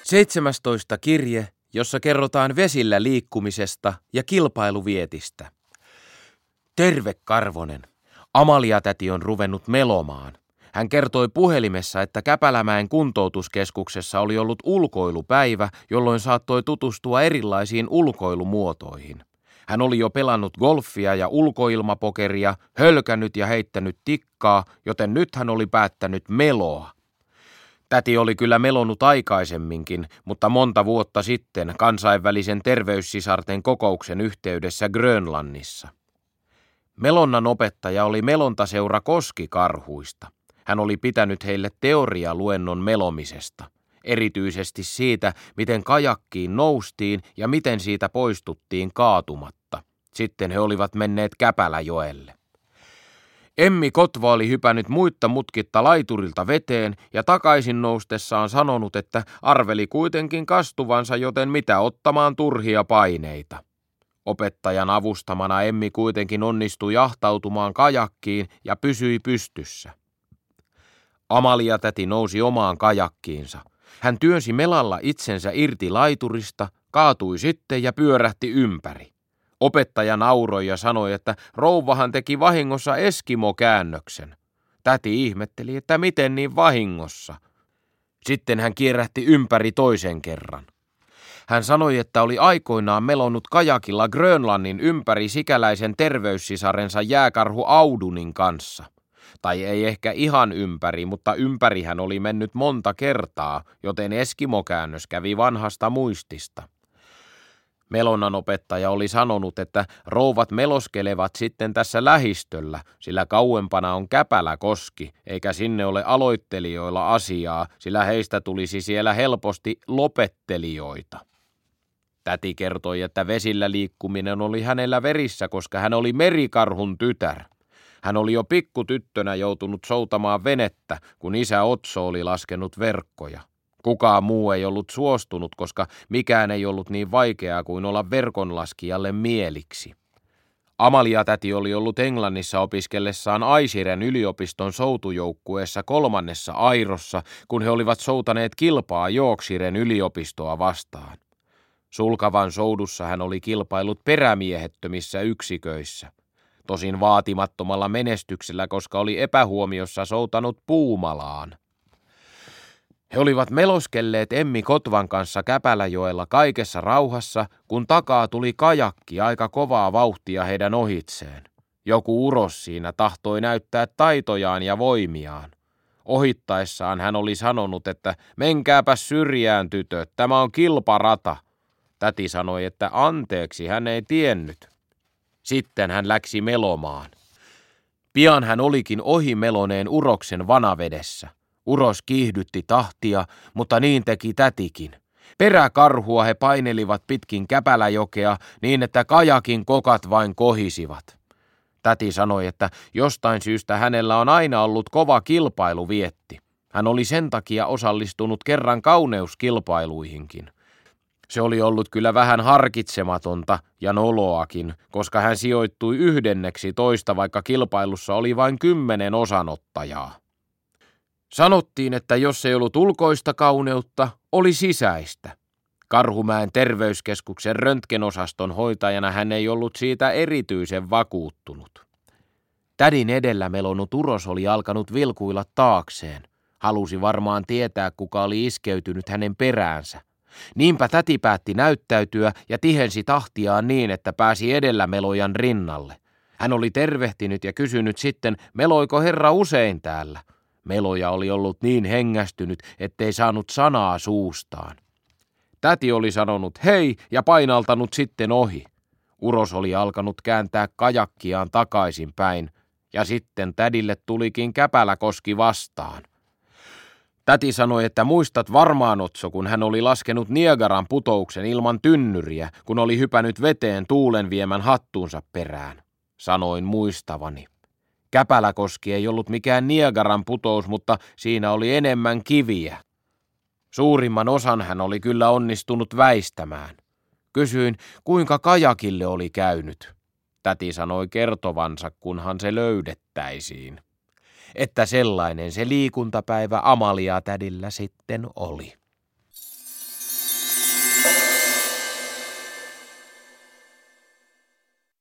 17 kirje, jossa kerrotaan vesillä liikkumisesta ja kilpailuvietistä. Terve Karvonen. Amalia-täti on ruvennut melomaan. Hän kertoi puhelimessa, että Käpälämäen kuntoutuskeskuksessa oli ollut ulkoilupäivä, jolloin saattoi tutustua erilaisiin ulkoilumuotoihin. Hän oli jo pelannut golfia ja ulkoilmapokeria, hölkännyt ja heittänyt tikkaa, joten nyt hän oli päättänyt meloa. Täti oli kyllä melonut aikaisemminkin, mutta monta vuotta sitten kansainvälisen terveyssisarten kokouksen yhteydessä Grönlannissa. Melonnan opettaja oli melontaseura koskikarhuista. Hän oli pitänyt heille teorialuennon melomisesta, erityisesti siitä, miten kajakkiin noustiin ja miten siitä poistuttiin kaatumatta. Sitten he olivat menneet Käpäläjoelle. Emmi Kotva oli hypännyt muitta mutkitta laiturilta veteen ja takaisin noustessaan sanonut, että arveli kuitenkin kastuvansa, joten mitä ottamaan turhia paineita. Opettajan avustamana Emmi kuitenkin onnistui jahtautumaan kajakkiin ja pysyi pystyssä. Amalia-täti nousi omaan kajakkiinsa. Hän työnsi melalla itsensä irti laiturista, kaatui sitten ja pyörähti ympäri. Opettaja nauroi ja sanoi, että rouvahan teki vahingossa Eskimo-käännöksen. Täti ihmetteli, että miten niin vahingossa. Sitten hän kierähti ympäri toisen kerran. Hän sanoi, että oli aikoinaan melonnut kajakilla Grönlannin ympäri sikäläisen terveyssisarensa jääkarhu Audunin kanssa. Tai ei ehkä ihan ympäri, mutta ympäri hän oli mennyt monta kertaa, joten Eskimo-käännös kävi vanhasta muistista. Melonnan opettaja oli sanonut, että rouvat meloskelevat sitten tässä lähistöllä, sillä kauempana on Käpäläkoski, eikä sinne ole aloittelijoilla asiaa, sillä heistä tulisi siellä helposti lopettelijoita. Täti kertoi, että vesillä liikkuminen oli hänellä verissä, koska hän oli merikarhun tytär. Hän oli jo pikkutyttönä joutunut soutamaan venettä, kun isä Otso oli laskenut verkkoja. Kukaan muu ei ollut suostunut, koska mikään ei ollut niin vaikeaa kuin olla verkonlaskijalle mieliksi. Amalia-täti oli ollut Englannissa opiskellessaan Aisiren yliopiston soutujoukkueessa 3. airossa, kun he olivat soutaneet kilpaa Yorkshiren yliopistoa vastaan. Sulkavan soudussa hän oli kilpailut perämiehettömissä yksiköissä. Tosin vaatimattomalla menestyksellä, koska oli epähuomiossa soutanut Puumalaan. He olivat meloskelleet Emmi Kotvan kanssa Käpäläjoella kaikessa rauhassa, kun takaa tuli kajakki aika kovaa vauhtia heidän ohitseen. Joku uros siinä tahtoi näyttää taitojaan ja voimiaan. Ohittaessaan hän oli sanonut, että menkääpäs syrjään tytöt, tämä on kilparata. Täti sanoi, että anteeksi, hän ei tiennyt. Sitten hän läksi melomaan. Pian hän olikin ohimeloneen uroksen vanavedessä. Uros kiihdytti tahtia, mutta niin teki tätikin. Peräkarhua he painelivat pitkin Käpäläjokea niin, että kajakin kokat vain kohisivat. Täti sanoi, että jostain syystä hänellä on aina ollut kova kilpailuvietti. Hän oli sen takia osallistunut kerran kauneuskilpailuihinkin. Se oli ollut kyllä vähän harkitsematonta ja noloakin, koska hän sijoittui 11, vaikka kilpailussa oli vain 10 osanottajaa. Sanottiin, että jos ei ollut ulkoista kauneutta, oli sisäistä. Karhumäen terveyskeskuksen röntgenosaston hoitajana hän ei ollut siitä erityisen vakuuttunut. Tädin edellä melonut uros oli alkanut vilkuilla taakseen. Halusi varmaan tietää, kuka oli iskeytynyt hänen peräänsä. Niinpä täti päätti näyttäytyä ja tihensi tahtiaan niin, että pääsi edellä melojan rinnalle. Hän oli tervehtinyt ja kysynyt sitten, meloiko herra usein täällä. Meloja oli ollut niin hengästynyt, ettei saanut sanaa suustaan. Täti oli sanonut hei ja painaltanut sitten ohi. Uros oli alkanut kääntää kajakkiaan takaisinpäin ja sitten tädille tulikin Käpäläkoski vastaan. Täti sanoi, että muistat varmaan Otso, kun hän oli laskenut Niagaran putouksen ilman tynnyriä, kun oli hypännyt veteen tuulen viemän hattuunsa perään. Sanoin muistavani. Käpäläkoski ei ollut mikään Niagaran putous, mutta siinä oli enemmän kiviä. Suurimman osan hän oli kyllä onnistunut väistämään. Kysyin, kuinka kajakille oli käynyt. Täti sanoi kertovansa, kunhan se löydettäisiin. Että sellainen se liikuntapäivä Amalia-tädillä sitten oli.